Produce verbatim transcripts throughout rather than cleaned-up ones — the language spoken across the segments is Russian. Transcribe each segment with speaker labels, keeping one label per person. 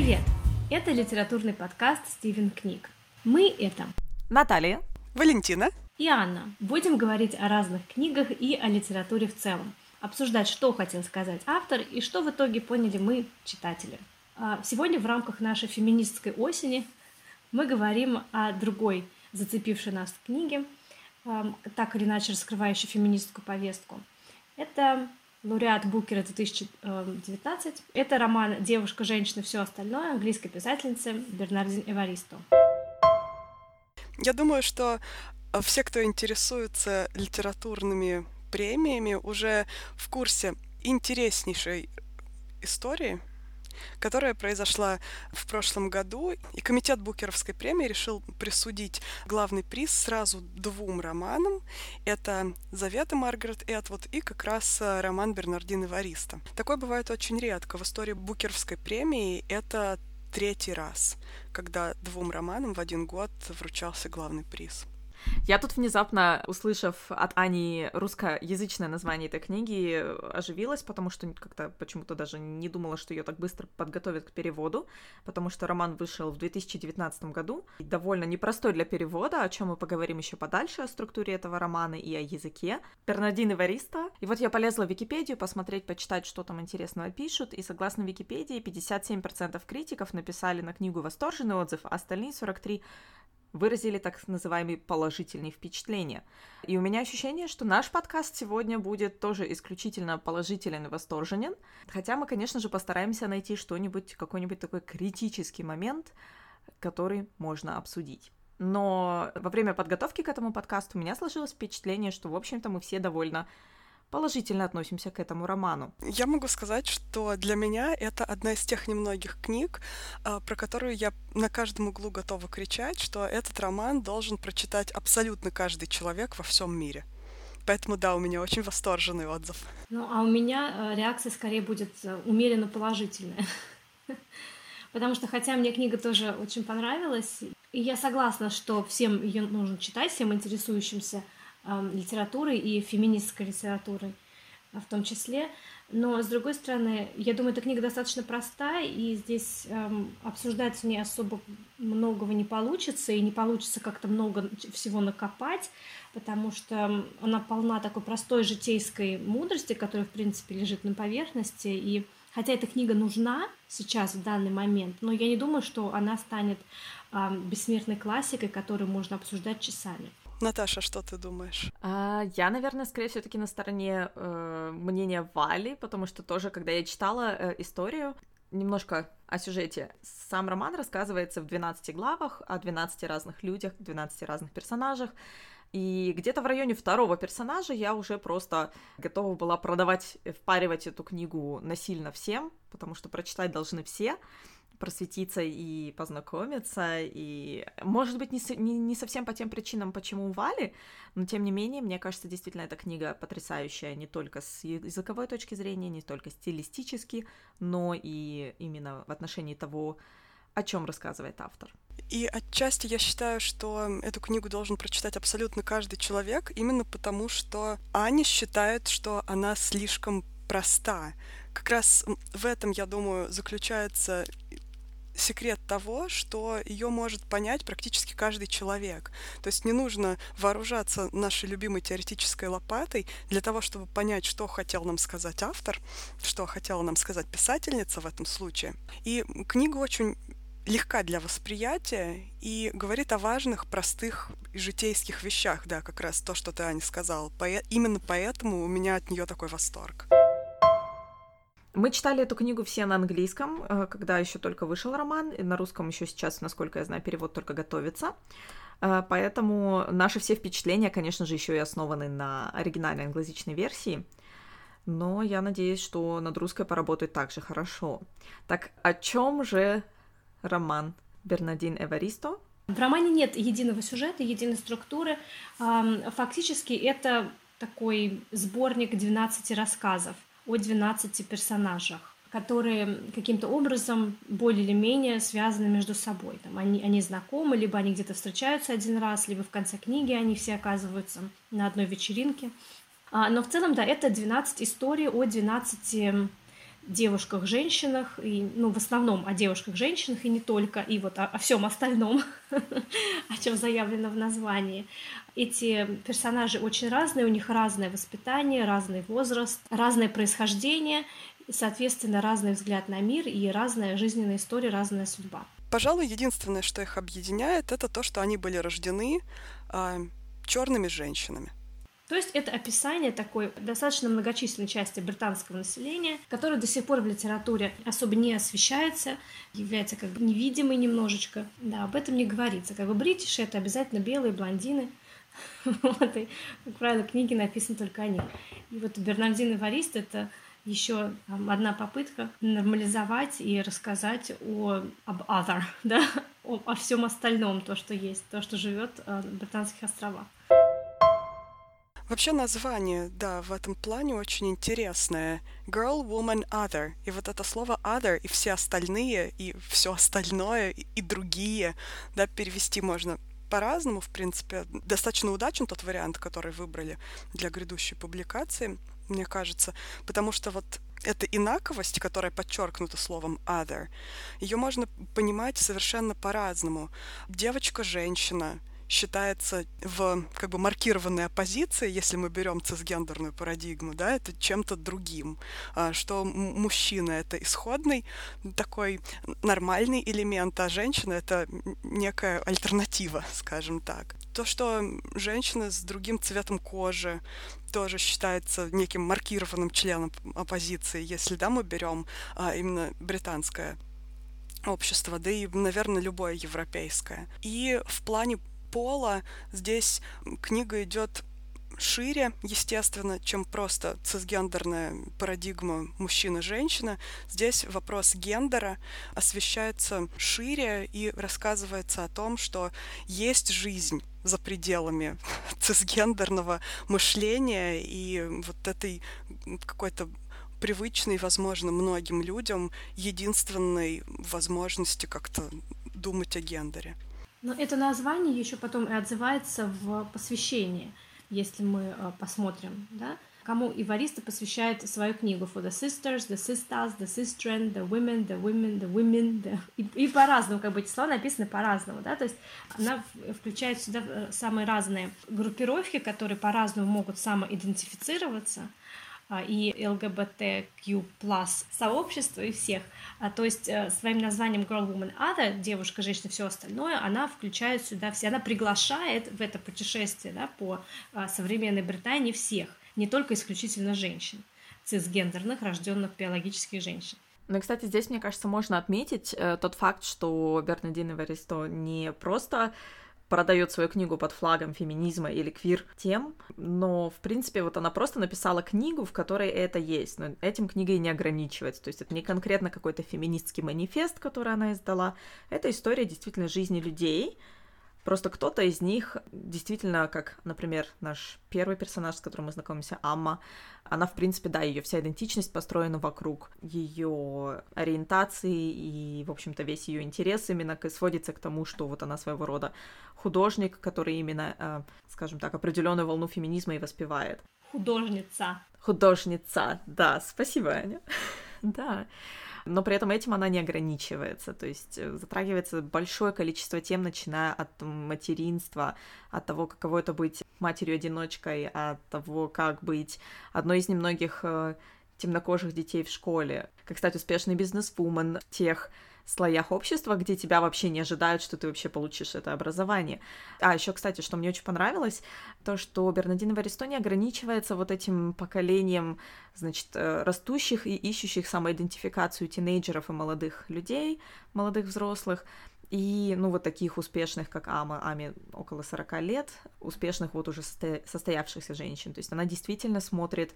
Speaker 1: Привет! Это литературный подкаст «Стивен Книг». Мы — это
Speaker 2: Наталья,
Speaker 3: Валентина
Speaker 1: и Анна. Будем говорить о разных книгах и о литературе в целом. Обсуждать, что хотел сказать автор и что в итоге поняли мы, читатели. Сегодня в рамках нашей феминистской осени мы говорим о другой зацепившей нас книге, так или иначе раскрывающей феминистскую повестку. Это лауреат Букера две тысячи девятнадцать. Это роман «Девушка, женщина, все остальное» английской писательницы Бернардин Эваристо.
Speaker 3: Я думаю, что все, кто интересуется литературными премиями, уже в курсе интереснейшей истории, которая произошла в прошлом году, и комитет Букеровской премии решил присудить главный приз сразу двум романам. Это «Заветы» Маргарет Этвуд и как раз роман Бернардин Эваристо. Такое бывает очень редко. В истории Букеровской премии это третий раз, когда двум романам в один год вручался главный приз.
Speaker 2: Я тут внезапно, услышав от Ани русскоязычное название этой книги, оживилась, потому что как-то почему-то даже не думала, что ее так быстро подготовят к переводу, потому что роман вышел в две тысячи девятнадцатом году, довольно непростой для перевода, о чем мы поговорим еще подальше, о структуре этого романа и о языке. Бернардин Эваристо. И вот я полезла в Википедию посмотреть, почитать, что там интересного пишут, и согласно Википедии, пятьдесят семь процентов критиков написали на книгу восторженный отзыв, а остальные сорок три процента выразили так называемые положительные впечатления. И у меня ощущение, что наш подкаст сегодня будет тоже исключительно положителен и восторженен, хотя мы, конечно же, постараемся найти что-нибудь, какой-нибудь такой критический момент, который можно обсудить. Но во время подготовки к этому подкасту у меня сложилось впечатление, что, в общем-то, мы все довольно положительно относимся к этому роману.
Speaker 3: Я могу сказать, что для меня это одна из тех немногих книг, про которую я на каждом углу готова кричать, что этот роман должен прочитать абсолютно каждый человек во всем мире. Поэтому, да, у меня очень восторженный отзыв.
Speaker 1: Ну, а у меня реакция скорее будет умеренно положительная. Потому что, хотя мне книга тоже очень понравилась, и я согласна, что всем ее нужно читать, всем интересующимся литературой и феминистской литературой в том числе. Но, с другой стороны, я думаю, эта книга достаточно простая, и здесь эм, обсуждать в ней особо многого не получится, и не получится как-то много всего накопать, потому что она полна такой простой житейской мудрости, которая, в принципе, лежит на поверхности. И хотя эта книга нужна сейчас, в данный момент, но я не думаю, что она станет эм, бессмертной классикой, которую можно обсуждать часами.
Speaker 3: Наташа, что ты думаешь?
Speaker 2: А, я, наверное, скорее все-таки на стороне э, мнения Вали, потому что тоже, когда я читала э, историю, немножко о сюжете. Сам роман рассказывается в двенадцати главах о двенадцати разных людях, двенадцати разных персонажах. И где-то в районе второго персонажа я уже просто готова была продавать, впаривать эту книгу насильно всем, потому что прочитать должны все, просветиться и познакомиться, и, может быть, не, не, не совсем по тем причинам, почему Вали, но, тем не менее, мне кажется, действительно, эта книга потрясающая не только с языковой точки зрения, не только стилистически, но и именно в отношении того, о чем рассказывает автор.
Speaker 3: И отчасти я считаю, что эту книгу должен прочитать абсолютно каждый человек, именно потому что Аня считает, что она слишком проста. Как раз в этом, я думаю, заключается секрет того, что ее может понять практически каждый человек. То есть не нужно вооружаться нашей любимой теоретической лопатой для того, чтобы понять, что хотел нам сказать автор, что хотела нам сказать писательница в этом случае. И книга очень легка для восприятия и говорит о важных, простых и житейских вещах, да, как раз то, что ты, Аня, сказала. По- именно поэтому у меня от нее такой восторг.
Speaker 2: Мы читали эту книгу все на английском, когда еще только вышел роман, и на русском еще сейчас, насколько я знаю, перевод только готовится. Поэтому наши все впечатления, конечно же, еще и основаны на оригинальной англоязычной версии. Но я надеюсь, что над русской поработают так же хорошо. Так о чем же роман Бернардин Эваристо?
Speaker 1: В романе нет единого сюжета, единой структуры. Фактически это такой сборник двенадцати рассказов о двенадцати персонажах, которые каким-то образом более или менее связаны между собой. Там они, они знакомы, либо они где-то встречаются один раз, либо в конце книги они все оказываются на одной вечеринке. Но в целом, да, это двенадцать историй о двенадцати девушках-женщинах, и, ну, в основном о девушках-женщинах, и не только, и вот о, о всем остальном, о чем заявлено в названии. Эти персонажи очень разные, у них разное воспитание, разный возраст, разное происхождение, и, соответственно, разный взгляд на мир и разная жизненная история, разная судьба.
Speaker 3: Пожалуй, единственное, что их объединяет, это то, что они были рождены э, черными женщинами.
Speaker 1: То есть это описание такой достаточно многочисленной части британского населения, которая до сих пор в литературе особо не освещается, является как бы невидимой немножечко. Да, об этом не говорится. Как бы бритиши — это обязательно белые блондины. Вот, и, как правило, книги написаны только о них. И вот Бернардин Эварист — это еще одна попытка нормализовать и рассказать о, об other, да, о, о всем остальном, то, что есть, то, что живет на Британских островах.
Speaker 3: Вообще название, да, в этом плане очень интересное. Girl, woman, other. И вот это слово other и все остальные, и все остальное, и, и другие, да, перевести можно по-разному, в принципе. Достаточно удачен тот вариант, который выбрали для грядущей публикации, мне кажется, потому что вот эта инаковость, которая подчеркнута словом other, ее можно понимать совершенно по-разному. Девочка-женщина считается в как бы маркированной оппозиции, если мы берем цисгендерную парадигму, да, это чем-то другим, что мужчина — это исходный такой нормальный элемент, а женщина — это некая альтернатива, скажем так. То, что женщина с другим цветом кожи тоже считается неким маркированным членом оппозиции, если, да, мы берем а, именно британское общество, да и, наверное, любое европейское. И в плане пола здесь книга идет шире, естественно, чем просто цисгендерная парадигма мужчина-женщина. Здесь вопрос гендера освещается шире и рассказывается о том, что есть жизнь за пределами цисгендерного мышления и вот этой какой-то привычной, возможно, многим людям единственной возможности как-то думать о гендере.
Speaker 1: Но это название еще потом и отзывается в посвящении, если мы э, посмотрим, да, кому Эвариста посвящает свою книгу For the Sisters, the Sisters, the Sistren, the Women, the Women, the Women, the... И, и по-разному, как бы эти слова написаны по-разному, да, то есть она включает сюда самые разные группировки, которые по-разному могут самоидентифицироваться, и ЛГБТК плюс сообщество, и всех. А, то есть своим названием Girl, Woman, Other, девушка, женщина, все остальное, она включает сюда все, она приглашает в это путешествие, да, по а, современной Британии всех, не только исключительно женщин, цисгендерных, рожденных биологических женщин.
Speaker 2: Ну и, кстати, здесь, мне кажется, можно отметить э, тот факт, что Бернардин Эваристо не просто продает свою книгу под флагом феминизма или квир-тем, но, в принципе, вот она просто написала книгу, в которой это есть, но этим книга и не ограничивается, то есть это не конкретно какой-то феминистский манифест, который она издала, это история действительно жизни людей, просто кто-то из них действительно, как, например, наш первый персонаж, с которым мы знакомимся, Амма, она, в принципе, да, ее вся идентичность построена вокруг ее ориентации, и, в общем-то, весь ее интерес именно сводится к тому, что вот она своего рода художник, который именно, скажем так, определенную волну феминизма и воспевает.
Speaker 1: Художница.
Speaker 2: Художница, да, спасибо, Аня. Да. Но при этом этим она не ограничивается, то есть затрагивается большое количество тем, начиная от материнства, от того, каково это быть матерью-одиночкой, от того, как быть одной из немногих э, темнокожих детей в школе, как стать успешной бизнесвумен в тех слоях общества, где тебя вообще не ожидают, что ты вообще получишь это образование. А еще, кстати, что мне очень понравилось, то, что Бернардин Эваристо не ограничивается вот этим поколением, значит, растущих и ищущих самоидентификацию тинейджеров и молодых людей, молодых взрослых, и, ну, вот таких успешных, как Ама, Аме около сорока лет, успешных вот уже состо... состоявшихся женщин. То есть она действительно смотрит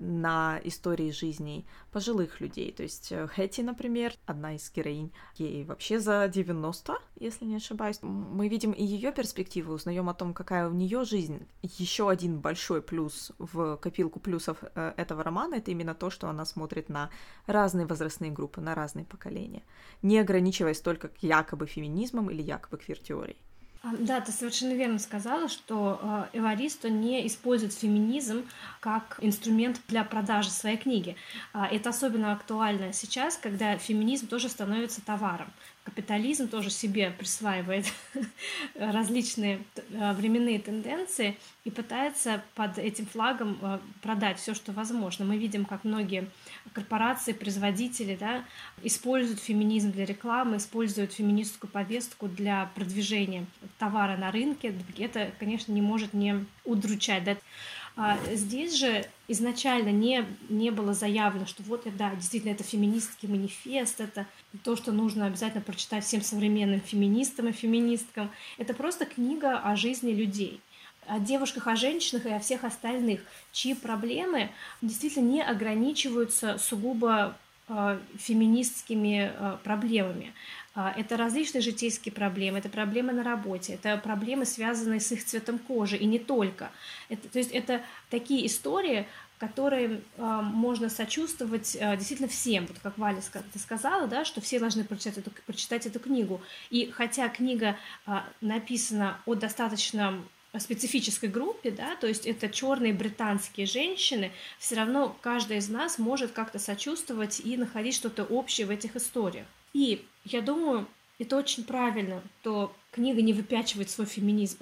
Speaker 2: на истории жизней пожилых людей. То есть Хэти, например, одна из героинь, ей вообще за девяносто, если не ошибаюсь. Мы видим и ее перспективы, узнаем о том, какая у нее жизнь. Еще один большой плюс в копилку плюсов этого романа — это именно то, что она смотрит на разные возрастные группы, на разные поколения, не ограничиваясь только якобы феминизмом или якобы квир-теорией.
Speaker 1: Да, ты совершенно верно сказала, что Эваристо не использует феминизм как инструмент для продажи своей книги. Это особенно актуально сейчас, когда феминизм тоже становится товаром. Капитализм тоже себе присваивает различные временные тенденции и пытается под этим флагом продать все, что возможно. Мы видим, как многие корпорации, производители, да, используют феминизм для рекламы, используют феминистскую повестку для продвижения товара на рынке. Это, конечно, не может не удручать. Да? А здесь же изначально не, не было заявлено, что вот, да, действительно, это феминистский манифест, это то, что нужно обязательно прочитать всем современным феминистам и феминисткам. Это просто книга о жизни людей, о девушках, о женщинах и о всех остальных, чьи проблемы действительно не ограничиваются сугубо э, феминистскими э, проблемами. Это различные житейские проблемы, это проблемы на работе, это проблемы, связанные с их цветом кожи, и не только. Это, то есть это такие истории, которые э, можно сочувствовать э, действительно всем. Вот как Валя ты сказала, да, что все должны прочитать эту, прочитать эту книгу. И хотя книга э, написана о достаточно специфической группе, да, то есть это черные британские женщины, все равно каждая из нас может как-то сочувствовать и находить что-то общее в этих историях. И я думаю, это очень правильно, что книга не выпячивает свой феминизм.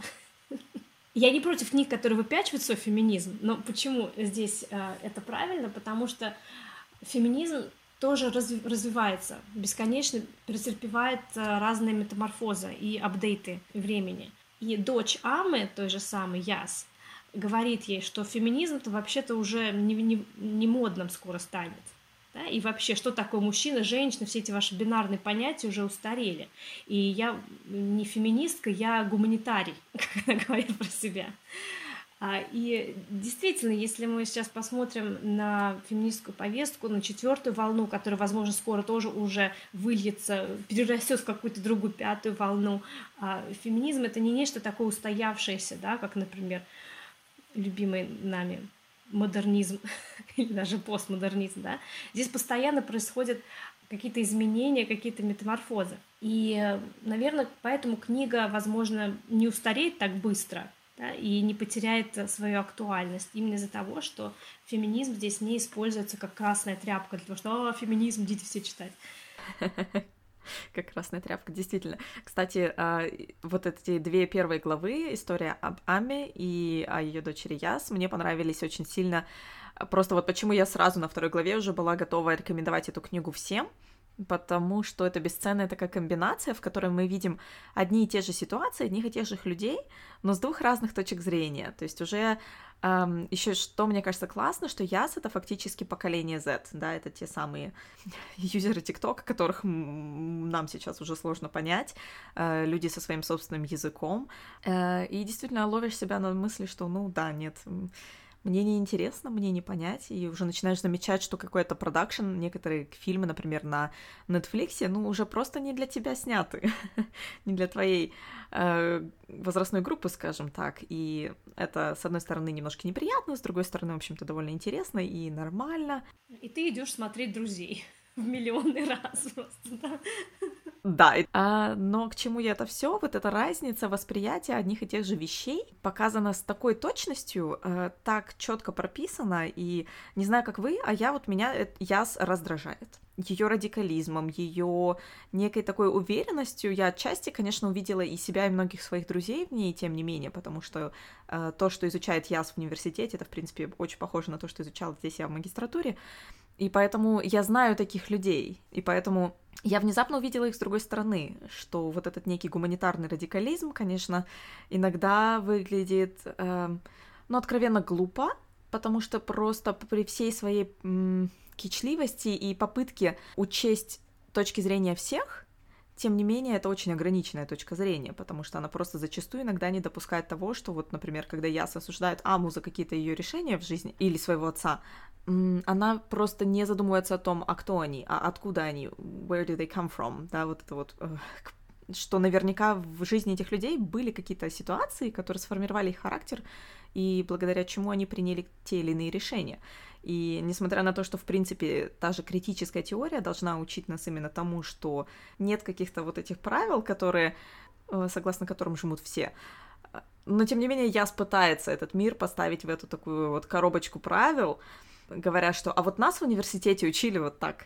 Speaker 1: Я не против книг, которые выпячивают свой феминизм, но почему здесь э, это правильно? Потому что феминизм тоже разв- развивается, бесконечно претерпевает э, разные метаморфозы и апдейты времени. И дочь Амы, той же самой Яс, говорит ей, что феминизм-то вообще-то уже не, не, не модным скоро станет. Да? И вообще, что такое мужчина, женщина, все эти ваши бинарные понятия уже устарели. И я не феминистка, я гуманитарий, как она говорит про себя. И действительно, если мы сейчас посмотрим на феминистскую повестку, на четвертую волну, которая, возможно, скоро тоже уже выльется, перерастет в какую-то другую пятую волну, феминизм — это не нечто такое устоявшееся, да, как, например, любимый нами модернизм или даже постмодернизм, да. Здесь постоянно происходят какие-то изменения, какие-то метаморфозы. И, наверное, поэтому книга, возможно, не устареет так быстро, да, и не потеряет свою актуальность именно из-за того, что феминизм здесь не используется как красная тряпка для того, что «О, феминизм, идите все читать».
Speaker 2: Как красная тряпка, действительно. Кстати, вот эти две первые главы, история об Аме и о ее дочери Яс, мне понравились очень сильно. Просто вот почему я сразу на второй главе уже была готова рекомендовать эту книгу всем, потому что это бесценная такая комбинация, в которой мы видим одни и те же ситуации, одних и тех же людей, но с двух разных точек зрения. То есть уже эм, еще что мне кажется классно, что Яс — это фактически поколение Z, да, это те самые юзеры ТикТока, которых нам сейчас уже сложно понять, э, люди со своим собственным языком, э, и действительно ловишь себя на мысли, что ну да, нет, мне не интересно, мне не понять, и уже начинаешь замечать, что какой-то продакшн, некоторые фильмы, например, на Netflix, ну, уже просто не для тебя сняты, не для твоей э, возрастной группы, скажем так, и это, с одной стороны, немножко неприятно, с другой стороны, в общем-то, довольно интересно и нормально.
Speaker 1: И ты идешь смотреть «Друзей» в миллионный раз просто, да?
Speaker 2: Да, а, но к чему я это все? Вот эта разница восприятия одних и тех же вещей показана с такой точностью, э, так четко прописана, и не знаю, как вы, а я вот меня Яс раздражает. Ее радикализмом, ее некой такой уверенностью я отчасти, конечно, увидела и себя, и многих своих друзей в ней, тем не менее, потому что э, то, что изучает Яс в университете, это, в принципе, очень похоже на то, что изучала здесь я в магистратуре, и поэтому я знаю таких людей, и поэтому я внезапно увидела их с другой стороны, что вот этот некий гуманитарный радикализм, конечно, иногда выглядит, э, ну, откровенно глупо, потому что просто при всей своей м, кичливости и попытке учесть точки зрения всех, тем не менее, это очень ограниченная точка зрения, потому что она просто зачастую иногда не допускает того, что вот, например, когда Яс осуждает Аму за какие-то ее решения в жизни или своего отца, она просто не задумывается о том, а кто они, а откуда они, where do they come from, да, вот это вот, что наверняка в жизни этих людей были какие-то ситуации, которые сформировали их характер, и благодаря чему они приняли те или иные решения. И несмотря на то, что, в принципе, та же критическая теория должна учить нас именно тому, что нет каких-то вот этих правил, которые согласно которым живут все. Но, тем не менее, Яс пытается этот мир поставить в эту такую вот коробочку правил, говоря, что «а вот нас в университете учили вот так»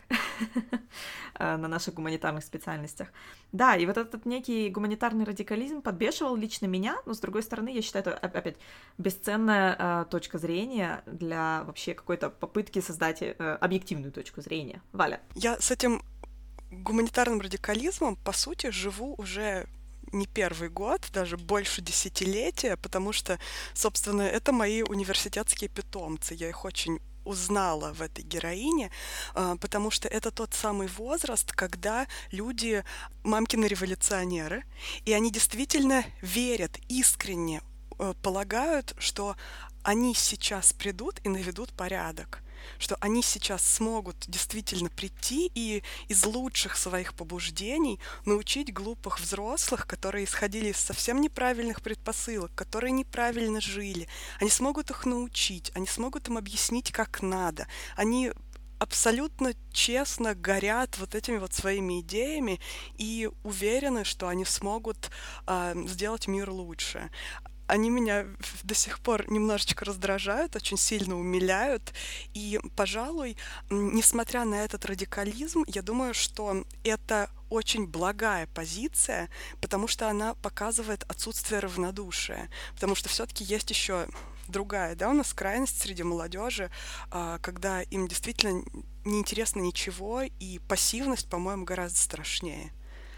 Speaker 2: на наших гуманитарных специальностях. Да, и вот этот некий гуманитарный радикализм подбешивал лично меня, но, с другой стороны, я считаю, это, опять, бесценная э, точка зрения для вообще какой-то попытки создать э, объективную точку зрения. Валя?
Speaker 3: Я с этим гуманитарным радикализмом, по сути, живу уже не первый год, даже больше десятилетия, потому что, собственно, это мои университетские питомцы. Я их очень узнала в этой героине, потому что это тот самый возраст, когда люди мамкины революционеры, и они действительно верят, искренне полагают, что они сейчас придут и наведут порядок, что они сейчас смогут действительно прийти и из лучших своих побуждений научить глупых взрослых, которые исходили из совсем неправильных предпосылок, которые неправильно жили. Они смогут их научить, они смогут им объяснить, как надо. Они абсолютно честно горят вот этими вот своими идеями и уверены, что они смогут э, сделать мир лучше. Они меня до сих пор немножечко раздражают, очень сильно умиляют. И, пожалуй, несмотря на этот радикализм, я думаю, что это очень благая позиция, потому что она показывает отсутствие равнодушия. Потому что все-таки есть еще другая, да, у нас крайность среди молодежи, когда им действительно неинтересно ничего, и пассивность, по-моему, гораздо страшнее.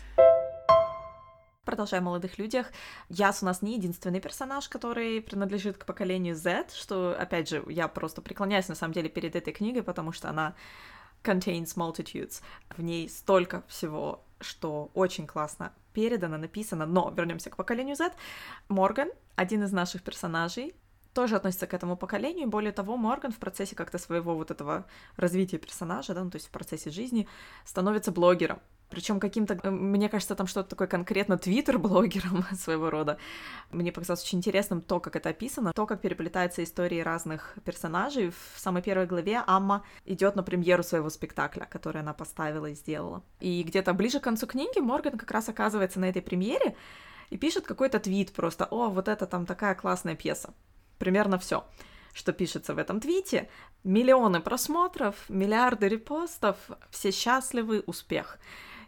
Speaker 2: Продолжая о молодых людях, Яс у нас не единственный персонаж, который принадлежит к поколению Z, что, опять же, я просто преклоняюсь, на самом деле, перед этой книгой, потому что она contains multitudes. В ней столько всего, что очень классно передано, написано, но вернемся к поколению Z. Морган, один из наших персонажей, тоже относится к этому поколению, и более того, Морган в процессе как-то своего вот этого развития персонажа, да, ну, то есть в процессе жизни, становится блогером. Причем каким-то, мне кажется, там что-то такое конкретно твиттер-блогером своего рода. Мне показалось очень интересным то, как это описано, то, как переплетаются истории разных персонажей. В самой первой главе Амма идет на премьеру своего спектакля, который она поставила и сделала. И где-то ближе к концу книги Морган как раз оказывается на этой премьере и пишет какой-то твит просто: «О, вот это там такая классная пьеса». Примерно все, что пишется в этом твите. Миллионы просмотров, миллиарды репостов, все счастливы, успех.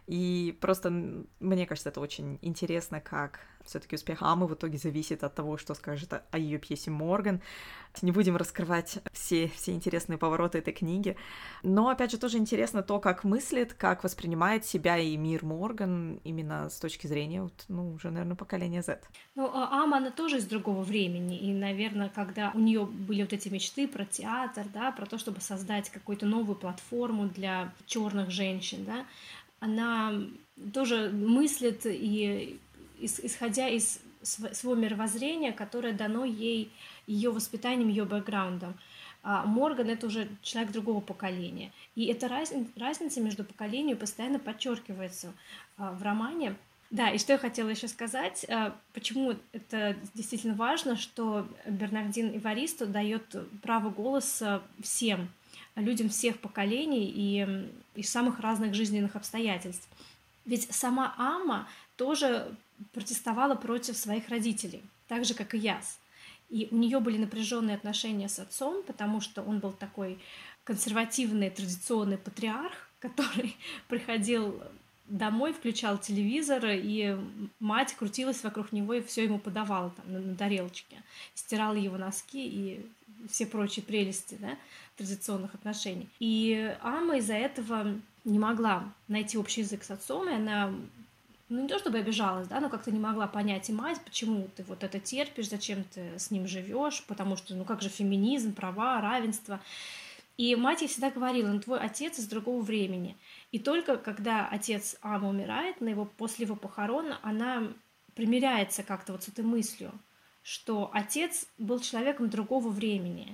Speaker 2: И просто, мне кажется, это очень интересно, как все-таки успех Аммы в итоге зависит от того, что скажет о ее пьесе Морган. Не будем раскрывать все, все интересные повороты этой книги. Но, опять же, тоже интересно то, как мыслит, как воспринимает себя и мир Морган именно с точки зрения, вот, ну, уже, наверное, поколения Z.
Speaker 1: Ну, а Амма, она тоже из другого времени. И, наверное, когда у нее были вот эти мечты про театр, да, про то, чтобы создать какую-то новую платформу для черных женщин, да, она тоже мыслит, и исходя из своего мировоззрения, которое дано ей ее воспитанием, ее бэкграундом. А Морган — это уже человек другого поколения. И эта разница между поколениями постоянно подчеркивается в романе. Да, и что я хотела еще сказать, почему это действительно важно, что Бернардин Эваристо дает право голоса всем, людям всех поколений и из самых разных жизненных обстоятельств. Ведь сама Амма тоже протестовала против своих родителей, так же, как и Яс. И у нее были напряженные отношения с отцом, потому что он был такой консервативный, традиционный патриарх, который приходил домой, включал телевизор, и мать крутилась вокруг него и все ему подавала там на, на тарелочке, стирала его носки и все прочие прелести, да, традиционных отношений. И Амма из-за этого не могла найти общий язык с отцом, и она, ну, не то чтобы обижалась, да, но как-то не могла понять и мать, почему ты вот это терпишь, зачем ты с ним живешь, потому что, ну, как же феминизм, права, равенство. И мать ей всегда говорила: ну, твой отец из другого времени. И только когда отец Аммы умирает, на его, после его похорон, она примиряется как-то вот с этой мыслью, что отец был человеком другого времени.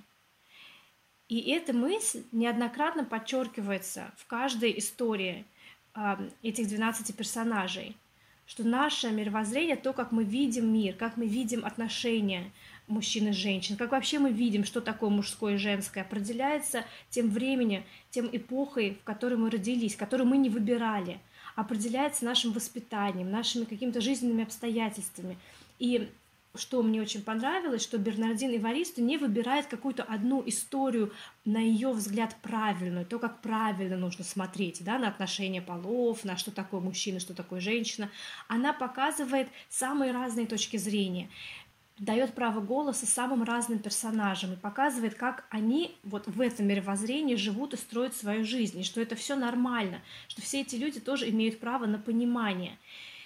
Speaker 1: И эта мысль неоднократно подчеркивается в каждой истории э, этих двенадцати персонажей, что наше мировоззрение, то, как мы видим мир, как мы видим отношения мужчин и женщин, как вообще мы видим, что такое мужское и женское, определяется тем временем, тем эпохой, в которой мы родились, которую мы не выбирали. определяется нашим воспитанием, нашими какими-то жизненными обстоятельствами. И что мне очень понравилось, что Бернардин Эваристо не выбирает какую-то одну историю, на ее взгляд, правильную, то, как правильно нужно смотреть, да, на отношения полов, на что такое мужчина, что такое женщина. Она показывает самые разные точки зрения, дает право голоса самым разным персонажам и показывает, как они вот в этом мировоззрении живут и строят свою жизнь, и что это все нормально, что все эти люди тоже имеют право на понимание.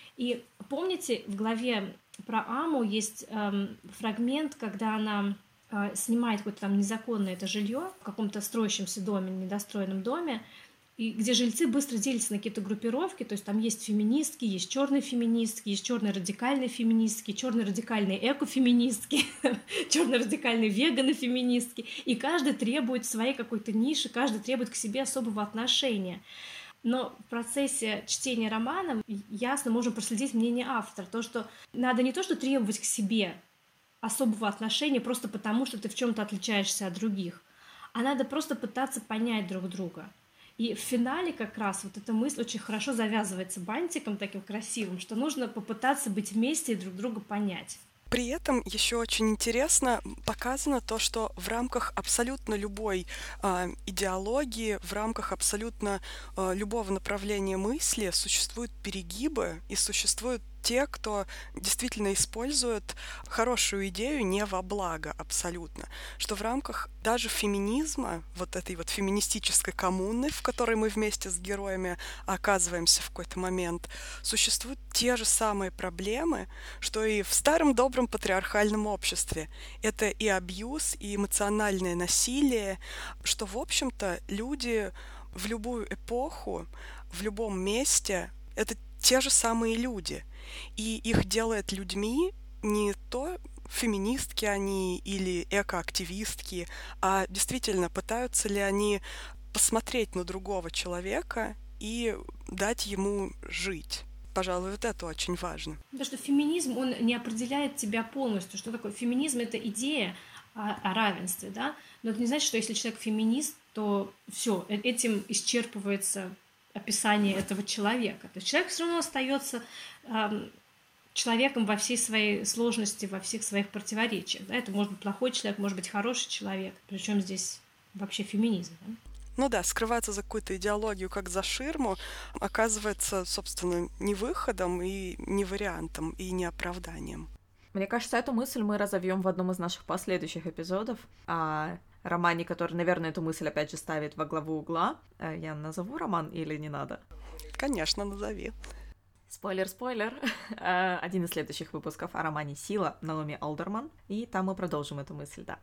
Speaker 1: И помните, в главе про Аму есть эм, фрагмент, когда она э, снимает какое-то там незаконное это жилье в каком-то строящемся доме, недостроенном доме, и где жильцы быстро делятся на какие-то группировки, то есть там есть феминистки, есть черные феминистки, есть черные радикальные феминистки, черные радикальные экофеминистки, черные радикальные веганы-феминистки, и каждый требует своей какой-то ниши, каждый требует к себе особого отношения. Но в процессе чтения романа ясно можно проследить мнение автора, то, что надо не то, что требовать к себе особого отношения просто потому, что ты в чем-то отличаешься от других, а надо просто пытаться понять друг друга. И в финале как раз вот эта мысль очень хорошо завязывается бантиком таким красивым, что нужно попытаться быть вместе и друг друга понять.
Speaker 3: При этом еще очень интересно показано то, что в рамках абсолютно любой э, идеологии, в рамках абсолютно э, любого направления мысли существуют перегибы и существуют те, кто действительно использует хорошую идею не во благо абсолютно. Что в рамках даже феминизма, вот этой вот феминистической коммуны, в которой мы вместе с героями оказываемся в какой-то момент, существуют те же самые проблемы, что и в старом добром патриархальном обществе. Это и абьюз, и эмоциональное насилие, что, в общем-то, люди в любую эпоху, в любом месте — это те же самые люди. И их делает людьми не то феминистки они или экоактивистки, а действительно пытаются ли они посмотреть на другого человека и дать ему жить. Пожалуй, вот это очень важно.
Speaker 1: Потому что феминизм, он не определяет тебя полностью. Что такое феминизм? Это идея о, о равенстве, да? Но это не значит, что если человек феминист, то все, этим исчерпывается описание этого человека. То есть человек все равно остается э, человеком во всей своей сложности, во всех своих противоречиях. Да? Это может быть плохой человек, может быть хороший человек. Причем здесь вообще феминизм. Да?
Speaker 3: Ну да, скрываться за какую-то идеологию, как за ширму, оказывается, собственно, не выходом и не вариантом, и не оправданием.
Speaker 2: Мне кажется, эту мысль мы разовьем в одном из наших последующих эпизодов о романе, который, наверное, эту мысль опять же ставит во главу угла. Я назову роман или не надо?
Speaker 3: Конечно, назови.
Speaker 2: Спойлер-спойлер. Один из следующих выпусков о романе «Сила» Наоми Олдерман, и там мы продолжим эту мысль, да.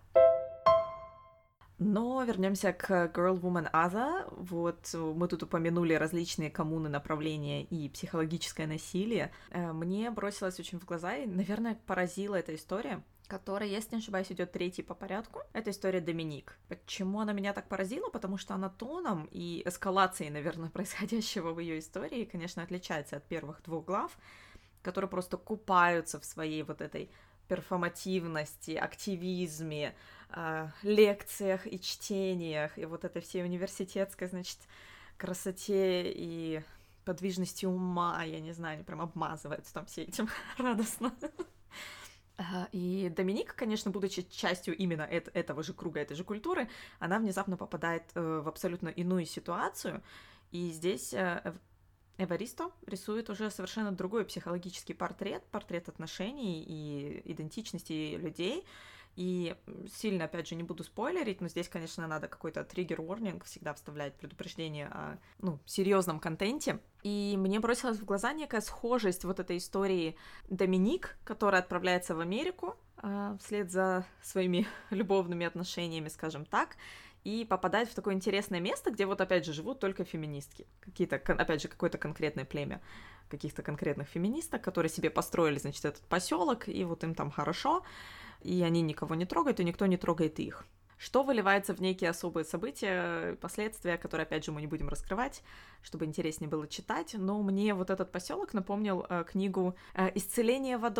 Speaker 2: Но вернемся к Girl, Woman, Other. Вот мы тут упомянули различные коммуны, направления и психологическое насилие. Мне бросилась очень в глаза и, наверное, поразила эта история, которая, если не ошибаюсь, идет третьей по порядку. Это история Доминик. Почему она меня так поразила? Потому что она тоном и эскалацией, наверное, происходящего в ее истории, конечно, отличается от первых двух глав, которые просто купаются в своей вот этой перформативности, активизме, э, лекциях и чтениях, и вот этой всей университетской, значит, красоте и подвижности ума, я не знаю, они прям обмазываются там все этим радостно. И Доминик, конечно, будучи частью именно этого же круга, этой же культуры, она внезапно попадает в абсолютно иную ситуацию, и здесь Эваристо рисует уже совершенно другой психологический портрет, портрет отношений и идентичности людей. И сильно, опять же, не буду спойлерить, но здесь, конечно, надо какой-то триггер-ворнинг всегда вставлять, предупреждение о, ну, серьезном контенте. И мне бросилась в глаза некая схожесть вот этой истории Доминик, которая отправляется в Америку э, вслед за своими любовными отношениями, скажем так, и попадает в такое интересное место, где вот опять же живут только феминистки. Какие-то, опять же, какое-то конкретное племя каких-то конкретных феминисток, которые себе построили, значит, этот поселок, и вот им там хорошо, и они никого не трогают, и никто не трогает их. Что выливается в некие особые события, последствия, которые, опять же, мы не будем раскрывать, чтобы интереснее было читать, но мне вот этот поселок напомнил э, книгу э, «Исцеление водой».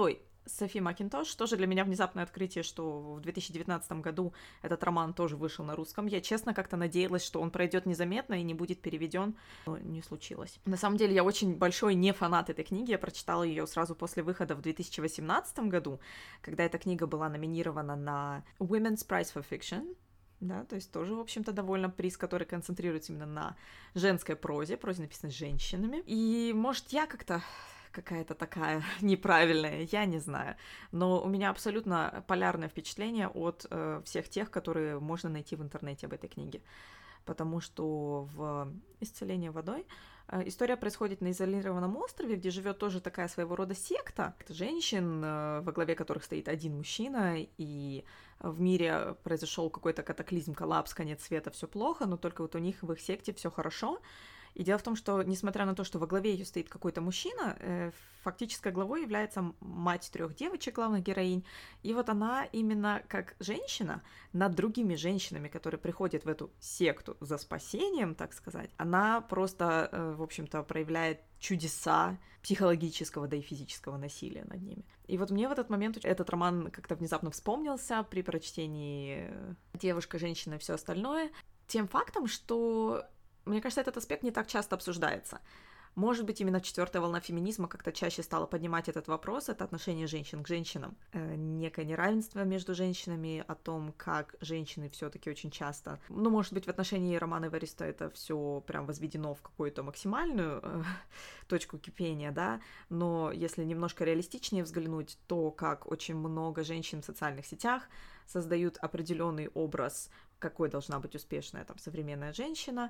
Speaker 2: Софи Макинтош. Тоже для меня внезапное открытие, что в две тысячи девятнадцатом году этот роман тоже вышел на русском. Я, честно, как-то надеялась, что он пройдет незаметно и не будет переведен, но не случилось. На самом деле, я очень большой не фанат этой книги. Я прочитала ее сразу после выхода в две тысячи восемнадцатом году, когда эта книга была номинирована на Women's Prize for Fiction. Да, то есть тоже, в общем-то, довольно приз, который концентрируется именно на женской прозе, прозе, написанной женщинами. И, может, я как-то какая-то такая неправильная, я не знаю. Но у меня абсолютно полярное впечатление от э, всех тех, которые можно найти в интернете об этой книге. Потому что в «Исцелении водой» э, история происходит на изолированном острове, где живет тоже такая своего рода секта женщин, э, во главе которых стоит один мужчина, и в мире произошел какой-то катаклизм, коллапс, конец света, все плохо, но только вот у них в их секте все хорошо. И дело в том, что, несмотря на то, что во главе ее стоит какой-то мужчина, э, фактической главой является мать трех девочек, главных героинь. И вот она именно как женщина над другими женщинами, которые приходят в эту секту за спасением, так сказать, она просто, э, в общем-то, проявляет чудеса психологического, да и физического насилия над ними. И вот мне в этот момент этот роман как-то внезапно вспомнился при прочтении «Девушка, женщина и все остальное» тем фактом, что мне кажется, этот аспект не так часто обсуждается. Может быть, именно четвертая волна феминизма как-то чаще стала поднимать этот вопрос, это отношение женщин к женщинам. Э, некое неравенство между женщинами, о том, как женщины все-таки очень часто... Ну, может быть, в отношении Романа Эвариста это все прям возведено в какую-то максимальную э, точку кипения, да, но если немножко реалистичнее взглянуть, то как очень много женщин в социальных сетях создают определенный образ, какой должна быть успешная там современная женщина,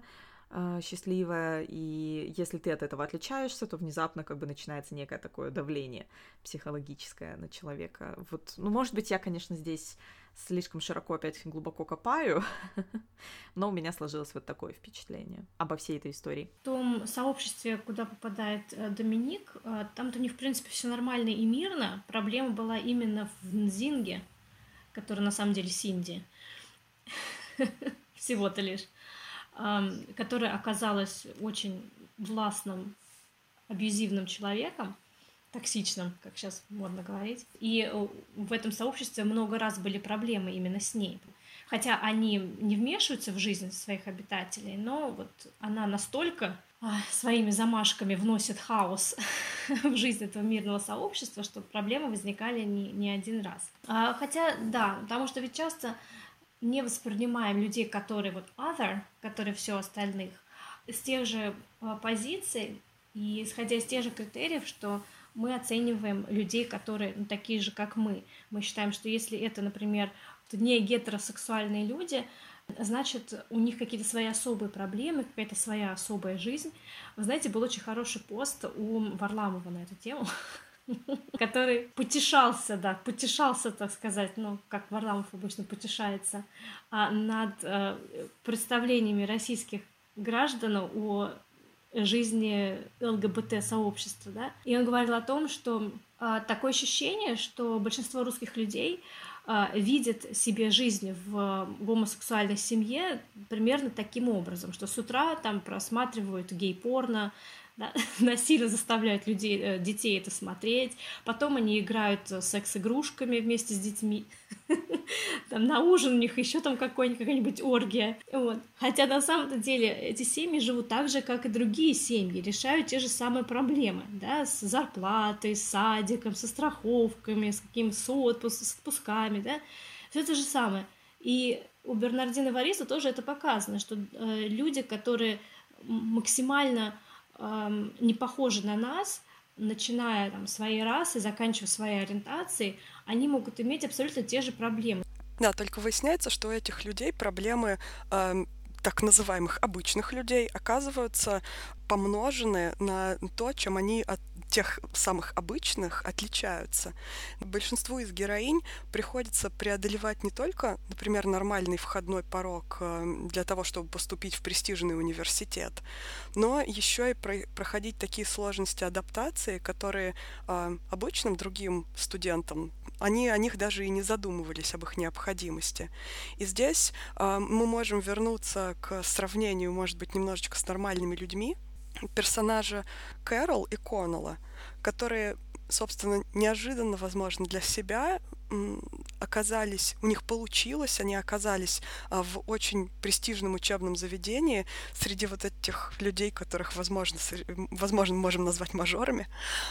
Speaker 2: счастливая, и если ты от этого отличаешься, то внезапно как бы начинается некое такое давление психологическое на человека. Вот, ну, может быть, я, конечно, здесь слишком широко, опять глубоко копаю, но у меня сложилось вот такое впечатление обо всей этой истории.
Speaker 1: В том сообществе, куда попадает Доминик, там-то у них, в принципе, все нормально и мирно. Проблема была именно в Нзинге, который на самом деле Синди. Всего-то лишь. Которая оказалась очень властным, абьюзивным человеком, токсичным, как сейчас модно говорить. И в этом сообществе много раз были проблемы именно с ней. Хотя они не вмешиваются в жизнь своих обитателей, но вот она настолько своими замашками вносит хаос в жизнь этого мирного сообщества, что проблемы возникали не, не один раз. Хотя, да, потому что ведь часто не воспринимаем людей, которые вот other, которые все остальных, с тех же позиций и исходя из тех же критериев, что мы оцениваем людей, которые ну, такие же, как мы. Мы считаем, что если это, например, не гетеросексуальные люди, значит, у них какие-то свои особые проблемы, какая-то своя особая жизнь. Вы знаете, был очень хороший пост у Варламова на эту тему, который потешался, да, потешался, так сказать, ну, как Варламов обычно потешается, над представлениями российских граждан о жизни ЛГБТ-сообщества, да. И он говорил о том, что такое ощущение, что большинство русских людей видят себе жизнь в гомосексуальной семье примерно таким образом, что с утра там просматривают гей-порно, да, насильно заставляют людей, детей это смотреть, потом они играют секс-игрушками вместе с детьми, там на ужин у них еще там какой-нибудь оргия, вот. Хотя на самом деле эти семьи живут так же, как и другие семьи, решают те же самые проблемы, да, с зарплатой, с садиком, со страховками, с каким с отпуск, с отпусками, да, все это же самое. И у Бернардино Эваристо тоже это показано, что э, люди, которые максимально не похожи на нас, начиная там, своей расы, заканчивая своей ориентацией, они могут иметь абсолютно те же проблемы.
Speaker 3: Да, только выясняется, что у этих людей проблемы э, так называемых обычных людей оказываются помножены на то, чем они от тех самых обычных отличаются. Большинству из героинь приходится преодолевать не только, например, нормальный входной порог для того, чтобы поступить в престижный университет, но еще и про- проходить такие сложности адаптации, которые э, обычным другим студентам, они о них даже и не задумывались, об их необходимости. И здесь э, мы можем вернуться к сравнению, может быть, немножечко с нормальными людьми, персонажа Кэрол и Коннелла, которые собственно, неожиданно, возможно, для себя оказались, у них получилось, они оказались а, в очень престижном учебном заведении среди вот этих людей, которых, возможно, возможно, можем назвать мажорами,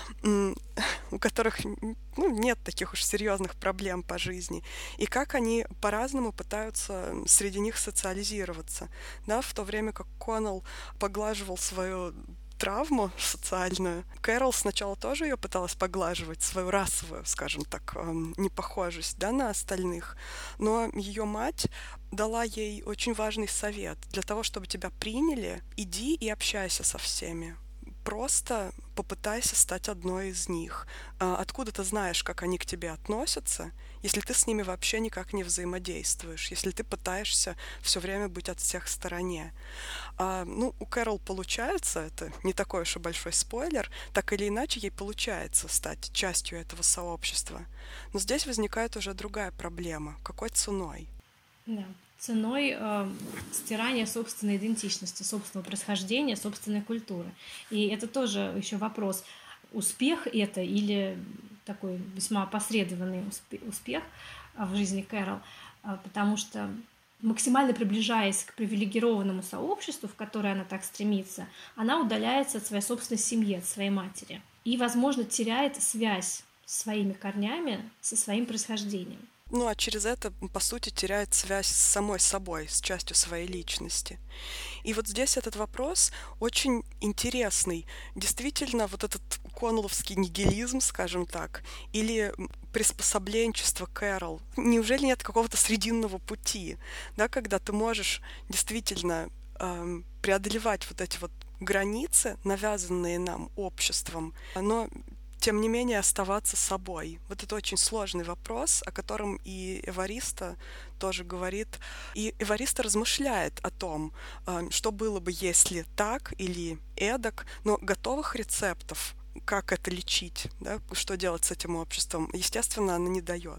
Speaker 3: у которых ну, нет таких уж серьезных проблем по жизни, и как они по-разному пытаются среди них социализироваться, да, в то время как Коннелл поглаживал свою травму социальную. Кэрол сначала тоже ее пыталась поглаживать, свою расовую, скажем так, непохожесть, да, на остальных. Но ее мать дала ей очень важный совет. Для того, чтобы тебя приняли, иди и общайся со всеми. Просто попытайся стать одной из них. Откуда ты знаешь, как они к тебе относятся, если ты с ними вообще никак не взаимодействуешь, если ты пытаешься все время быть от всех в стороне. А, ну, у Кэрол получается, это не такой уж и большой спойлер, так или иначе ей получается стать частью этого сообщества. Но здесь возникает уже другая проблема. Какой ценой?
Speaker 1: Да. Ценой э, стирания собственной идентичности, собственного происхождения, собственной культуры. И это тоже еще вопрос, успех это или такой весьма опосредованный успех в жизни Кэрол, потому что максимально приближаясь к привилегированному сообществу, в которое она так стремится, она удаляется от своей собственной семьи, от своей матери. И, возможно, теряет связь с своими корнями, со своим происхождением.
Speaker 3: Ну, а через это, по сути, теряет связь с самой собой, с частью своей личности. И вот здесь этот вопрос очень интересный. Действительно, вот этот коннелловский нигилизм, скажем так, или приспособленчество Кэрол. Неужели нет какого-то срединного пути, да, когда ты можешь действительно эм, преодолевать вот эти вот границы, навязанные нам обществом, но тем не менее оставаться собой. Вот это очень сложный вопрос, о котором и Эвариста тоже говорит. И Эвариста размышляет о том, что было бы, если так или эдак, но готовых рецептов, как это лечить, да, что делать с этим обществом, естественно, она не дает.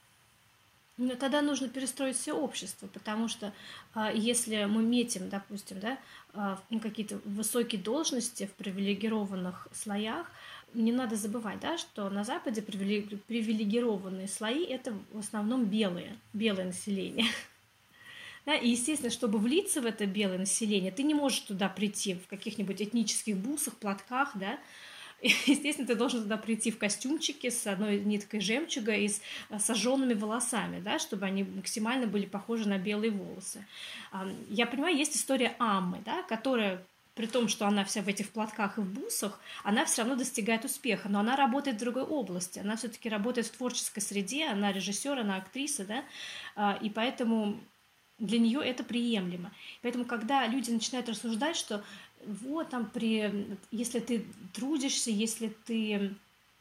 Speaker 1: Но тогда нужно перестроить все общество, потому что а, если мы метим, допустим, да, а, ну, какие-то высокие должности в привилегированных слоях, не надо забывать, да, что на Западе привилегированные слои – это в основном белые, белое население. Да, и, естественно, чтобы влиться в это белое население, ты не можешь туда прийти в каких-нибудь этнических бусах, платках, да. Естественно, ты должен туда прийти в костюмчике с одной ниткой жемчуга и с сожженными волосами, да, чтобы они максимально были похожи на белые волосы. Я понимаю, есть история Аммы, да, которая, при том, что она вся в этих платках и в бусах, она все равно достигает успеха, но она работает в другой области, она все-таки работает в творческой среде, она режиссер, она актриса, да, и поэтому для нее это приемлемо. Поэтому, когда люди начинают рассуждать, что вот там при, если ты трудишься, если ты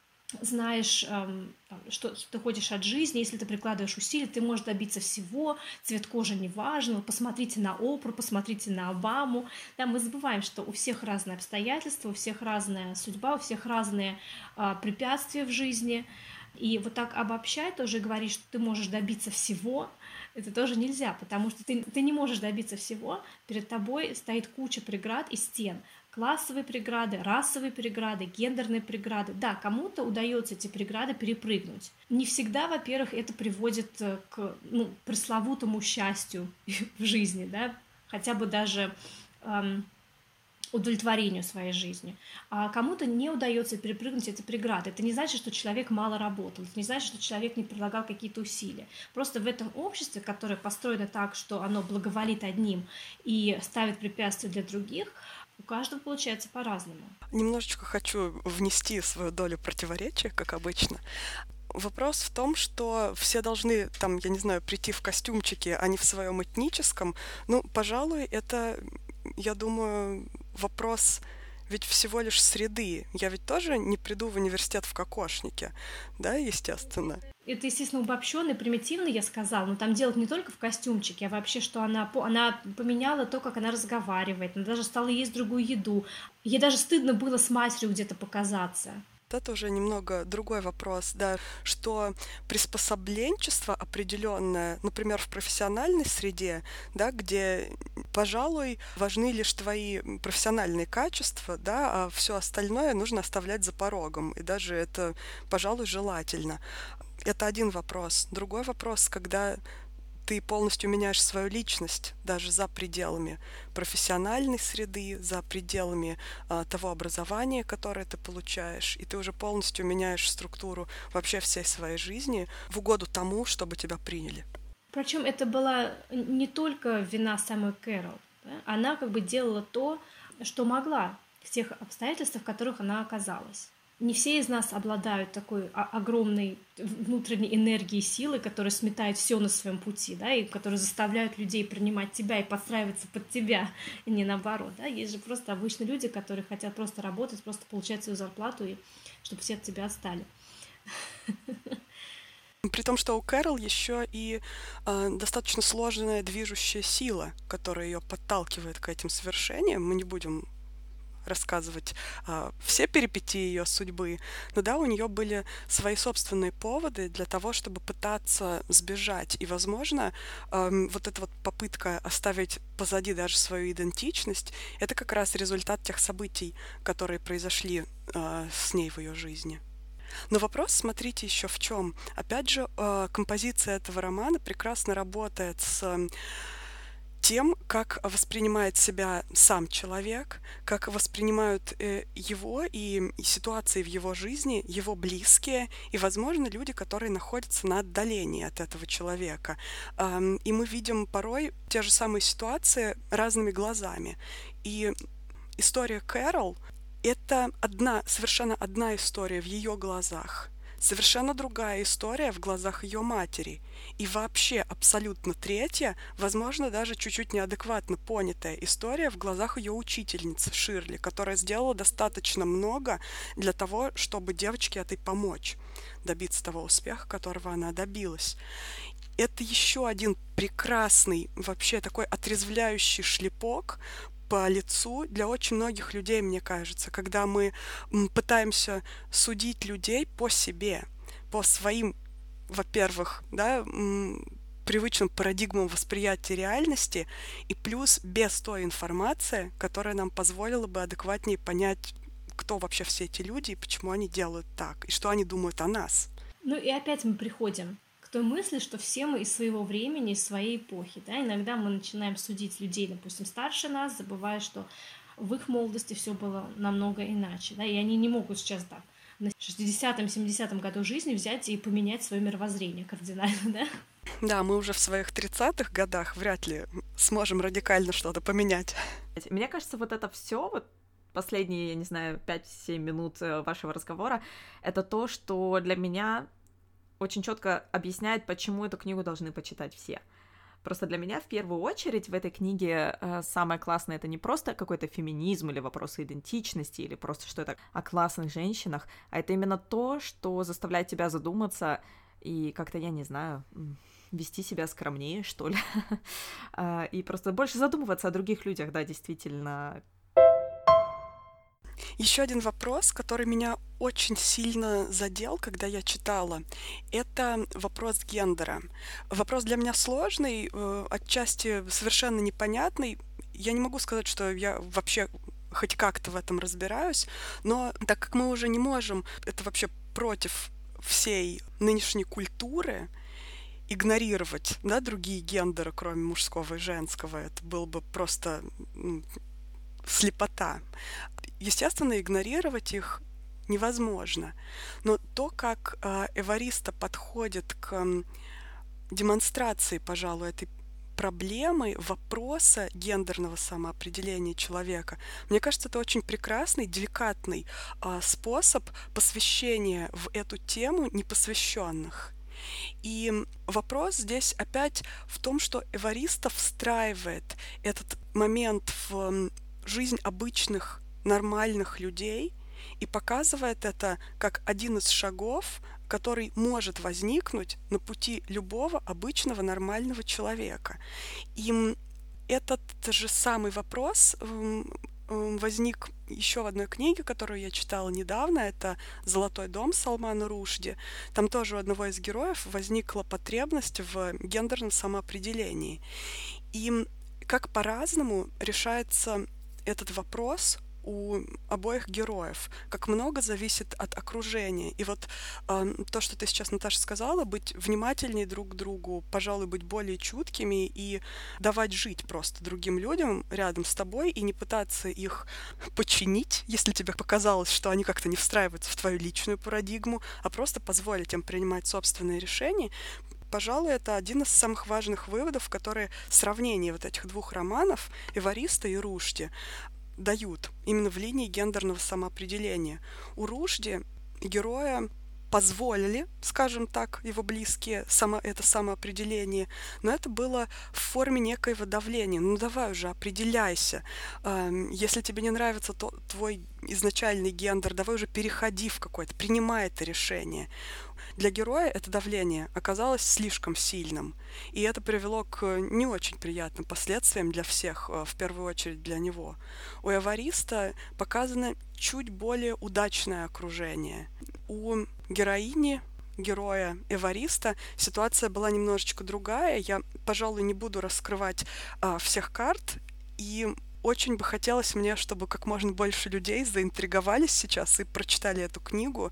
Speaker 1: знаешь, что ты хочешь от жизни, если ты прикладываешь усилия, ты можешь добиться всего, цвет кожи не важен, посмотрите на Опру, посмотрите на Обаму. Да, мы забываем, что у всех разные обстоятельства, у всех разная судьба, у всех разные а, препятствия в жизни. И вот так обобщать, тоже говорить, что ты можешь добиться всего, это тоже нельзя, потому что ты, ты не можешь добиться всего, перед тобой стоит куча преград и стен. Классовые преграды, расовые преграды, гендерные преграды. Да, кому-то удается эти преграды перепрыгнуть. Не всегда, во-первых, это приводит к ну, пресловутому счастью в жизни, да, хотя бы даже эм, удовлетворению своей жизни. А кому-то не удается перепрыгнуть эти преграды. Это не значит, что человек мало работал, это не значит, что человек не прилагал какие-то усилия. Просто в этом обществе, которое построено так, что оно благоволит одним и ставит препятствия для других, у каждого получается по-разному.
Speaker 3: Немножечко хочу внести свою долю противоречия, как обычно. Вопрос в том, что все должны, там, я не знаю, прийти в костюмчике, а не в своем этническом. Ну, пожалуй, это, я думаю, вопрос ведь всего лишь среды. Я ведь тоже не приду в университет в кокошнике, да, естественно.
Speaker 1: Это, естественно, обобщённо, примитивно, я сказала, но там дело не только в костюмчике, а вообще, что она, она поменяла то, как она разговаривает, она даже стала есть другую еду. Ей даже стыдно было с матерью где-то показаться.
Speaker 3: это уже немного другой вопрос, да, что приспособленчество определенное, например, в профессиональной среде, да, где, пожалуй, важны лишь твои профессиональные качества, да, а все остальное нужно оставлять за порогом, и даже это, пожалуй, желательно. Это один вопрос. Другой вопрос, когда ты полностью меняешь свою личность даже за пределами профессиональной среды, за пределами а, того образования, которое ты получаешь, и ты уже полностью меняешь структуру вообще всей своей жизни в угоду тому, чтобы тебя приняли.
Speaker 1: Причем это была не только вина самой Кэрол. Да? Она как бы делала то, что могла в тех обстоятельствах, в которых она оказалась. Не все из нас обладают такой огромной внутренней энергией, силой, которая сметает все на своем пути, да, и которая заставляют людей принимать тебя и подстраиваться под тебя, и не наоборот. Да. Есть же просто обычные люди, которые хотят просто работать, просто получать свою зарплату, и чтобы все от тебя отстали.
Speaker 3: При том, что у Кэрол еще и э, достаточно сложная движущая сила, которая ее подталкивает к этим свершениям. Мы не будем рассказывать а, все перипетии ее судьбы, но да, у нее были свои собственные поводы для того, чтобы пытаться сбежать. И, возможно, а, вот эта вот попытка оставить позади даже свою идентичность, это как раз результат тех событий, которые произошли а, с ней в ее жизни. Но вопрос, смотрите, еще в чем. Опять же, а, композиция этого романа прекрасно работает с тем, как воспринимает себя сам человек, как воспринимают э, его и, и ситуации в его жизни, его близкие и, возможно, люди, которые находятся на отдалении от этого человека. Эм, и мы видим порой те же самые ситуации разными глазами. И история Кэрол — это одна, совершенно одна история в ее глазах. Совершенно другая история в глазах ее матери. И вообще абсолютно третья, возможно, даже чуть-чуть неадекватно понятая история в глазах ее учительницы Ширли, которая сделала достаточно много для того, чтобы девочке этой помочь добиться того успеха, которого она добилась. Это еще один прекрасный, вообще такой отрезвляющий шлепок по лицу для очень многих людей, мне кажется, когда мы пытаемся судить людей по себе, по своим, во-первых, да, привычным парадигмам восприятия реальности, и плюс без той информации, которая нам позволила бы адекватнее понять, кто вообще все эти люди и почему они делают так, и что они думают о нас.
Speaker 1: Ну и опять мы приходим к той мысли, что все мы из своего времени, из своей эпохи. Да? Иногда мы начинаем судить людей, допустим, старше нас, забывая, что в их молодости все было намного иначе. Да? И они не могут сейчас так на шестидесятом-семидесятом году жизни взять и поменять свое мировоззрение кардинально. Да?
Speaker 3: Да, мы уже в своих тридцатых годах вряд ли сможем радикально что-то поменять.
Speaker 2: Мне кажется, вот это все, вот последние, я не знаю, пять-семь минут вашего разговора, это то, что для меня очень четко объясняет, почему эту книгу должны почитать все. Просто для меня в первую очередь в этой книге э, самое классное — это не просто какой-то феминизм или вопросы идентичности, или просто что это о классных женщинах, а это именно то, что заставляет тебя задуматься и как-то, я не знаю, вести себя скромнее, что ли, и просто больше задумываться о других людях, да, действительно.
Speaker 3: Еще один вопрос, который меня очень сильно задел, когда я читала, это вопрос гендера. Вопрос для меня сложный, отчасти совершенно непонятный. Я не могу сказать, что я вообще хоть как-то в этом разбираюсь, но так как мы уже не можем, это вообще против всей нынешней культуры, игнорировать, да, другие гендеры, кроме мужского и женского, это было бы просто слепота. Естественно, игнорировать их невозможно. Но то, как э, Эвариста подходит к демонстрации, пожалуй, этой проблемы, вопроса гендерного самоопределения человека, мне кажется, это очень прекрасный, деликатный э, способ посвящения в эту тему непосвященных. И вопрос здесь опять в том, что Эвариста встраивает этот момент в жизнь обычных нормальных людей и показывает это как один из шагов, который может возникнуть на пути любого обычного нормального человека. И этот же самый вопрос возник еще в одной книге, которую я читала недавно, это «Золотой дом» Салмана Рушди. Там тоже у одного из героев возникла потребность в гендерном самоопределении. И как по-разному решается этот вопрос у обоих героев, как много зависит от окружения. И вот э, то, что ты сейчас, Наташа, сказала, быть внимательнее друг к другу, пожалуй, быть более чуткими и давать жить просто другим людям рядом с тобой и не пытаться их подчинить, если тебе показалось, что они как-то не встраиваются в твою личную парадигму, а просто позволить им принимать собственные решения. Пожалуй, это один из самых важных выводов, которые сравнение вот этих двух романов, Эвариста и Рушди, дают именно в линии гендерного самоопределения. У Рушди героя позволили, скажем так, его близкие само, это самоопределение, но это было в форме некоего давления. Ну давай уже, определяйся. Эм, если тебе не нравится то, твой изначальный гендер, давай уже переходи в какой-то, принимай это решение. Для героя это давление оказалось слишком сильным, и это привело к не очень приятным последствиям для всех, в первую очередь для него. У Эвариста показано чуть более удачное окружение. У героини, героя Эвариста, ситуация была немножечко другая. Я, пожалуй, не буду раскрывать а, всех карт, и очень бы хотелось мне, чтобы как можно больше людей заинтриговались сейчас и прочитали эту книгу.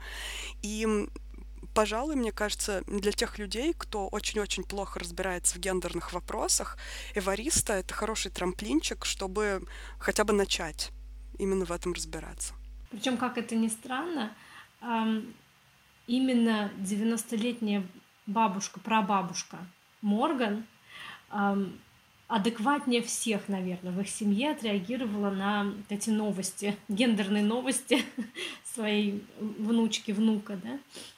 Speaker 3: И пожалуй, мне кажется, для тех людей, кто очень-очень плохо разбирается в гендерных вопросах, Эвариста — это хороший трамплинчик, чтобы хотя бы начать именно в этом разбираться.
Speaker 1: Причем, как это ни странно, эм, именно девяностолетняя бабушка, прабабушка Морган эм, адекватнее всех, наверное, в их семье отреагировала на эти новости, гендерные новости своей внучки, внука, да.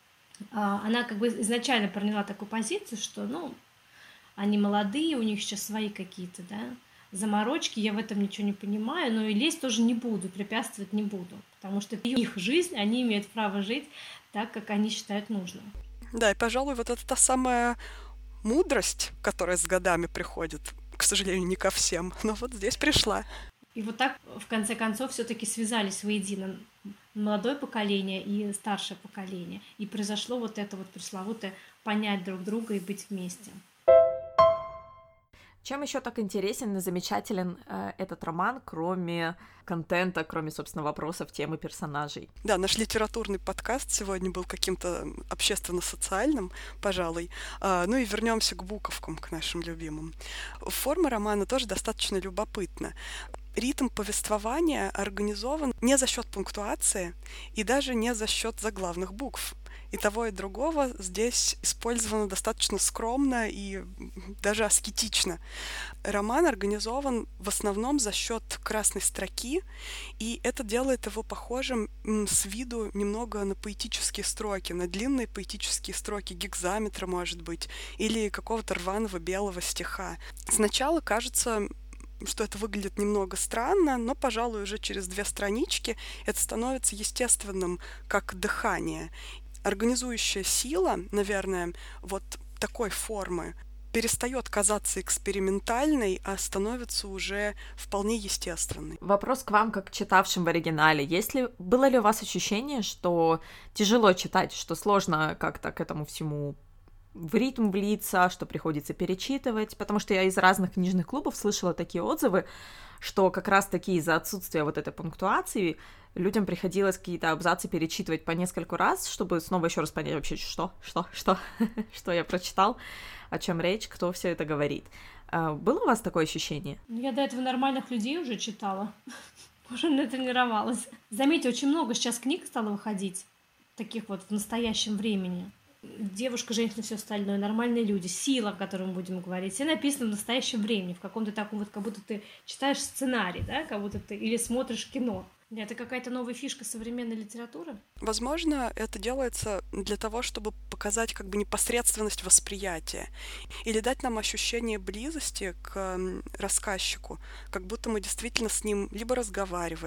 Speaker 1: Она как бы изначально приняла такую позицию, что, ну, они молодые, у них сейчас свои какие-то, да, заморочки, я в этом ничего не понимаю, но и лезть тоже не буду, препятствовать не буду, потому что это их жизнь, они имеют право жить так, как они считают нужным.
Speaker 3: Да, и, пожалуй, вот это та самая мудрость, которая с годами приходит, к сожалению, не ко всем, но вот здесь пришла.
Speaker 1: И вот так, в конце концов, все-таки связались воедино молодое поколение и старшее поколение. И произошло вот это вот пресловутое понять друг друга и быть вместе.
Speaker 2: Чем еще так интересен и замечателен э, этот роман, кроме контента, кроме, собственно, вопросов, темы персонажей?
Speaker 3: Да, наш литературный подкаст сегодня был каким-то общественно-социальным, пожалуй. А, ну и вернемся к буковкам, к нашим любимым. Форма романа тоже достаточно любопытна. Ритм повествования организован не за счет пунктуации и даже не за счет заглавных букв. И того, и другого здесь использовано достаточно скромно и даже аскетично. Роман организован в основном за счет красной строки, и это делает его похожим с виду немного на поэтические строки, на длинные поэтические строки гекзаметра, может быть, или какого-то рваного белого стиха. Сначала кажется, что это выглядит немного странно, но, пожалуй, уже через две странички это становится естественным, как дыхание. Организующая сила, наверное, вот такой формы перестает казаться экспериментальной, а становится уже вполне естественной.
Speaker 2: Вопрос к вам, как читавшим в оригинале. Если было ли у вас ощущение, что тяжело читать, что сложно как-то к этому всему в ритм влиться, что приходится перечитывать, потому что я из разных книжных клубов слышала такие отзывы, что как раз-таки из-за отсутствия вот этой пунктуации людям приходилось какие-то абзацы перечитывать по нескольку раз, чтобы снова еще раз понять вообще, что, что, что, что я прочитал, о чем речь, кто все это говорит. Было у вас такое ощущение?
Speaker 1: Я до этого нормальных людей уже читала, уже натренировалась. Заметьте, очень много сейчас книг стало выходить, таких вот в настоящем времени. Девушка, женщина, все остальное, нормальные люди, сила, о которой мы будем говорить, все написано в настоящем времени, в каком-то таком вот, как будто ты читаешь сценарий, да, как будто ты или смотришь кино. Это какая-то новая фишка современной литературы?
Speaker 3: Возможно, это делается для того, чтобы показать как бы непосредственность восприятия или дать нам ощущение близости к рассказчику, как будто мы действительно с ним либо разговариваем,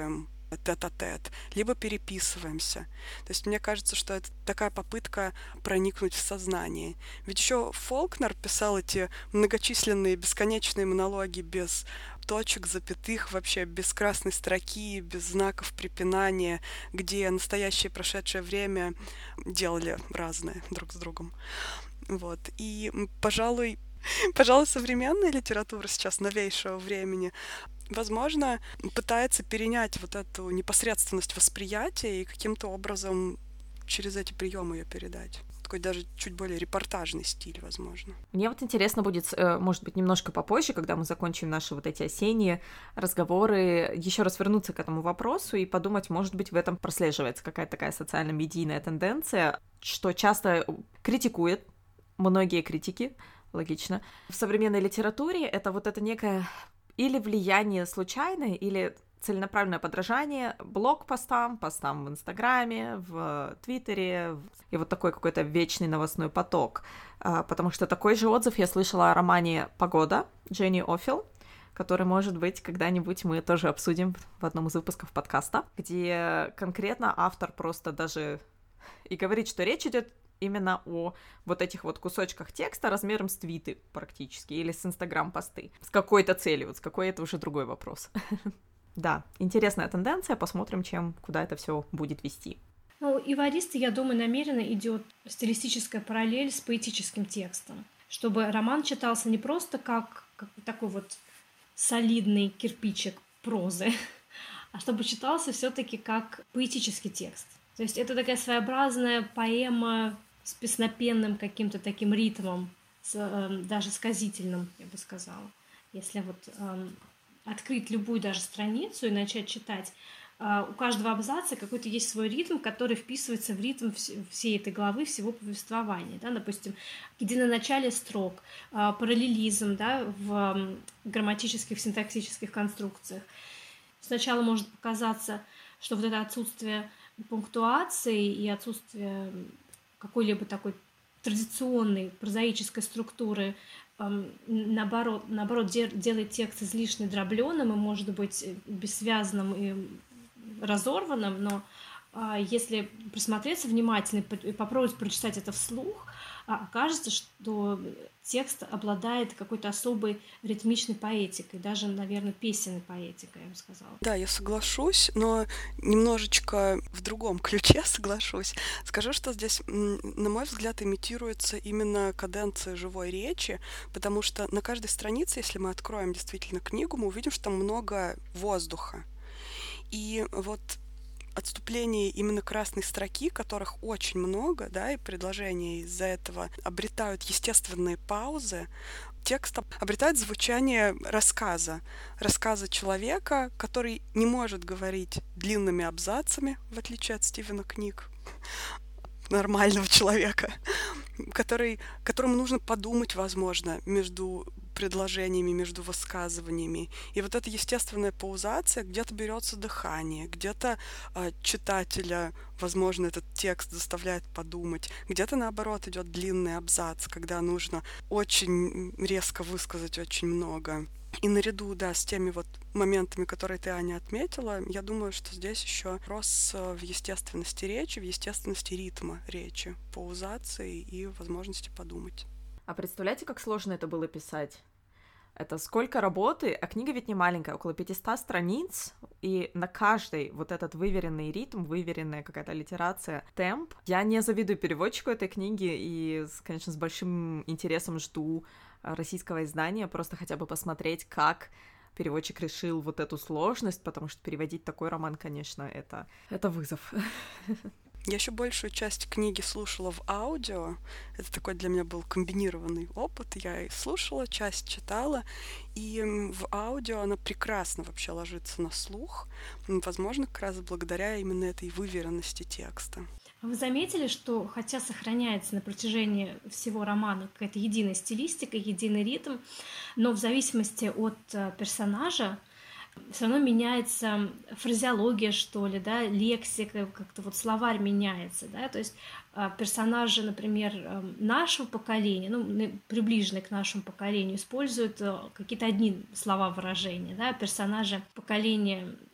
Speaker 3: тет-а-тет, либо переписываемся. То есть мне кажется, что это такая попытка проникнуть в сознание. Ведь еще Фолкнер писал эти многочисленные бесконечные монологи без точек, запятых, вообще без красной строки, без знаков препинания, где настоящее и прошедшее время делали разное друг с другом. Вот. И, пожалуй, пожалуй, современная литература сейчас новейшего времени, возможно, пытается перенять вот эту непосредственность восприятия и каким-то образом через эти приемы ее передать. Такой даже чуть более репортажный стиль, возможно.
Speaker 2: Мне вот интересно будет, может быть, немножко попозже, когда мы закончим наши вот эти осенние разговоры, еще раз вернуться к этому вопросу и подумать, может быть, в этом прослеживается какая-то такая социально-медийная тенденция, что часто критикует многие критики, логично, в современной литературе это вот это некое или влияние случайное, или целенаправленное подражание блог-постам, постам в Инстаграме, в Твиттере, и вот такой какой-то вечный новостной поток. Потому что такой же отзыв я слышала о романе «Погода» Дженни Оффил, который, может быть, когда-нибудь мы тоже обсудим в одном из выпусков подкаста, где конкретно автор просто даже и говорит, что речь идет именно о вот этих вот кусочках текста размером с твиты практически, или с инстаграм-посты. С какой-то целью, вот с какой — это уже другой вопрос. Да, интересная тенденция, посмотрим, чем, куда это все будет вести.
Speaker 1: Ну, иваристы, я думаю, намеренно идет стилистическая параллель с поэтическим текстом, чтобы роман читался не просто как, как такой вот солидный кирпичик прозы, а чтобы читался все-таки как поэтический текст. То есть это такая своеобразная поэма с песнопенным каким-то таким ритмом, с, э, даже сказительным, я бы сказала. Если вот э, открыть любую даже страницу и начать читать, э, у каждого абзаца какой-то есть свой ритм, который вписывается в ритм вс- всей этой главы, всего повествования. Да? Допустим, где на начале строк, э, параллелизм, да, в э, грамматических, в синтаксических конструкциях. Сначала может показаться, что вот это отсутствие пунктуации и отсутствие какой-либо такой традиционной прозаической структуры, эм, наоборот, наоборот де- делает текст излишне дроблёным и, может быть, бессвязным и разорванным, но э, если присмотреться внимательно и попробовать прочитать это вслух, э, окажется, что текст обладает какой-то особой ритмичной поэтикой, даже, наверное, песенной поэтикой, я бы сказала.
Speaker 3: Да, я соглашусь, но немножечко в другом ключе соглашусь. Скажу, что здесь, на мой взгляд, имитируется именно каденция живой речи, потому что на каждой странице, если мы откроем действительно книгу, мы увидим, что там много воздуха. И вот отступление именно красной строки, которых очень много, да, и предложения из-за этого обретают естественные паузы, текст обретает звучание рассказа. Рассказа человека, который не может говорить длинными абзацами, в отличие от Стивена Кинга, нормального человека, который, которому нужно подумать, возможно, между предложениями, между высказываниями. И вот эта естественная паузация, где-то берется дыхание, где-то э, читателя, возможно, этот текст заставляет подумать, где-то, наоборот, идет длинный абзац, когда нужно очень резко высказать очень много. И наряду, да, с теми вот моментами, которые ты, Аня, отметила, я думаю, что здесь еще вопрос в естественности речи, в естественности ритма речи, паузации и возможности подумать.
Speaker 2: А представляете, как сложно это было писать? Это сколько работы, а книга ведь не маленькая, около пятисот страниц, и на каждый вот этот выверенный ритм, выверенная какая-то аллитерация, темп. Я не завидую переводчику этой книги и, конечно, с большим интересом жду российского издания, просто хотя бы посмотреть, как переводчик решил вот эту сложность, потому что переводить такой роман, конечно, это, это вызов.
Speaker 3: Я еще большую часть книги слушала в аудио. Это такой для меня был комбинированный опыт. Я и слушала, часть читала. И в аудио она прекрасно вообще ложится на слух. Возможно, как раз благодаря именно этой выверенности текста.
Speaker 1: Вы заметили, что хотя сохраняется на протяжении всего романа какая-то единая стилистика, единый ритм, но в зависимости от персонажа все равно меняется фразеология, что ли, да, лексика, как-то вот словарь меняется, да, то есть персонажи, например, нашего поколения, ну, приближенные к нашему поколению, используют какие-то одни слова, выражения, да, персонажи поколения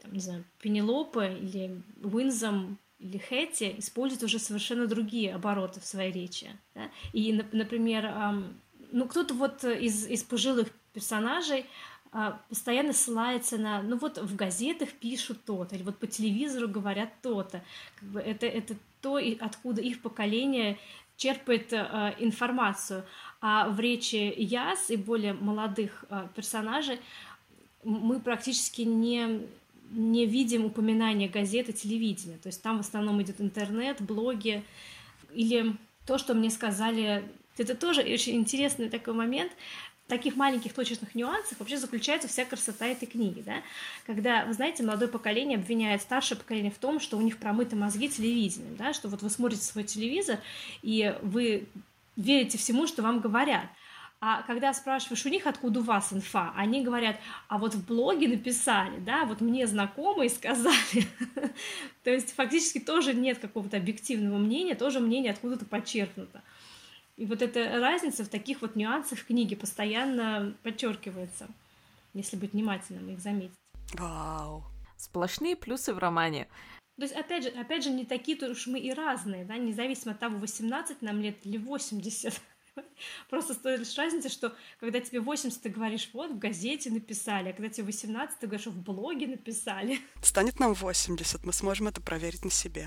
Speaker 1: там, не знаю, Пенелопа или Уинзом или Хэти используют уже совершенно другие обороты в своей речи. Да? И, например, ну, кто-то вот из, из пожилых персонажей постоянно ссылается на, ну вот в газетах пишут то-то, или вот по телевизору говорят то-то. Как бы это, это то, откуда их поколение черпает э, информацию. А в речи Яс и более молодых э, персонажей мы практически не, не видим упоминания газет и телевидения. То есть там в основном идет интернет, блоги. Или то, что мне сказали, это тоже очень интересный такой момент. В таких маленьких точечных нюансах вообще заключается вся красота этой книги, да? Когда, вы знаете, молодое поколение обвиняет старшее поколение в том, что у них промыты мозги телевидением, да? Что вот вы смотрите свой телевизор, и вы верите всему, что вам говорят. А когда спрашиваешь у них, откуда у вас инфа, они говорят, а вот в блоге написали, да, вот мне знакомые сказали. То есть фактически тоже нет какого-то объективного мнения, тоже мнение откуда-то подчеркнуто. И вот эта разница в таких вот нюансах в книге постоянно подчеркивается, если быть внимательным и их заметить.
Speaker 3: Вау!
Speaker 2: Сплошные плюсы в романе.
Speaker 1: То есть, опять же, опять же, не такие-то уж мы и разные, да, независимо от того, восемнадцать нам лет или восемьдесят. Просто стоит лишь разница, что когда тебе восемьдесят, ты говоришь, вот, в газете написали, а когда тебе восемнадцать, ты говоришь, в блоге написали.
Speaker 3: Станет нам восемьдесят, мы сможем это проверить на себе.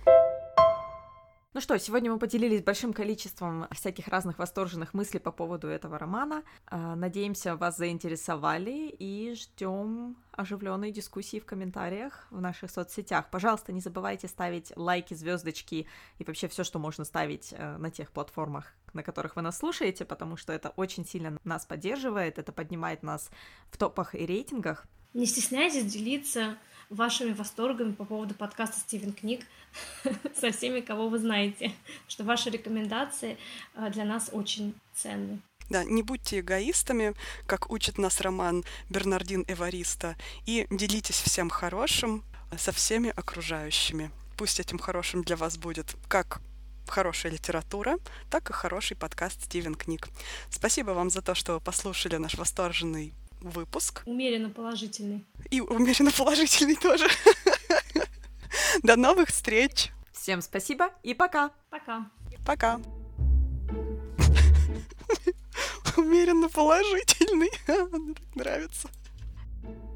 Speaker 2: Ну что, сегодня мы поделились большим количеством всяких разных восторженных мыслей по поводу этого романа. Надеемся, вас заинтересовали, и ждем оживленной дискуссии в комментариях в наших соцсетях. Пожалуйста, не забывайте ставить лайки, звездочки и вообще все, что можно ставить на тех платформах, на которых вы нас слушаете, потому что это очень сильно нас поддерживает, это поднимает нас в топах и рейтингах.
Speaker 1: Не стесняйтесь делиться вашими восторгами по поводу подкаста «Стивен Книг» со всеми, кого вы знаете, что ваши рекомендации для нас очень ценны.
Speaker 3: Да, не будьте эгоистами, как учит нас роман Бернардин Эвариста, и делитесь всем хорошим со всеми окружающими. Пусть этим хорошим для вас будет как хорошая литература, так и хороший подкаст «Стивен Книг». Спасибо вам за то, что вы послушали наш восторженный выпуск.
Speaker 1: Умеренно положительный.
Speaker 3: И умеренно положительный тоже. До новых встреч.
Speaker 2: Всем спасибо и пока.
Speaker 1: Пока.
Speaker 3: Пока. Умеренно положительный. Мне так нравится.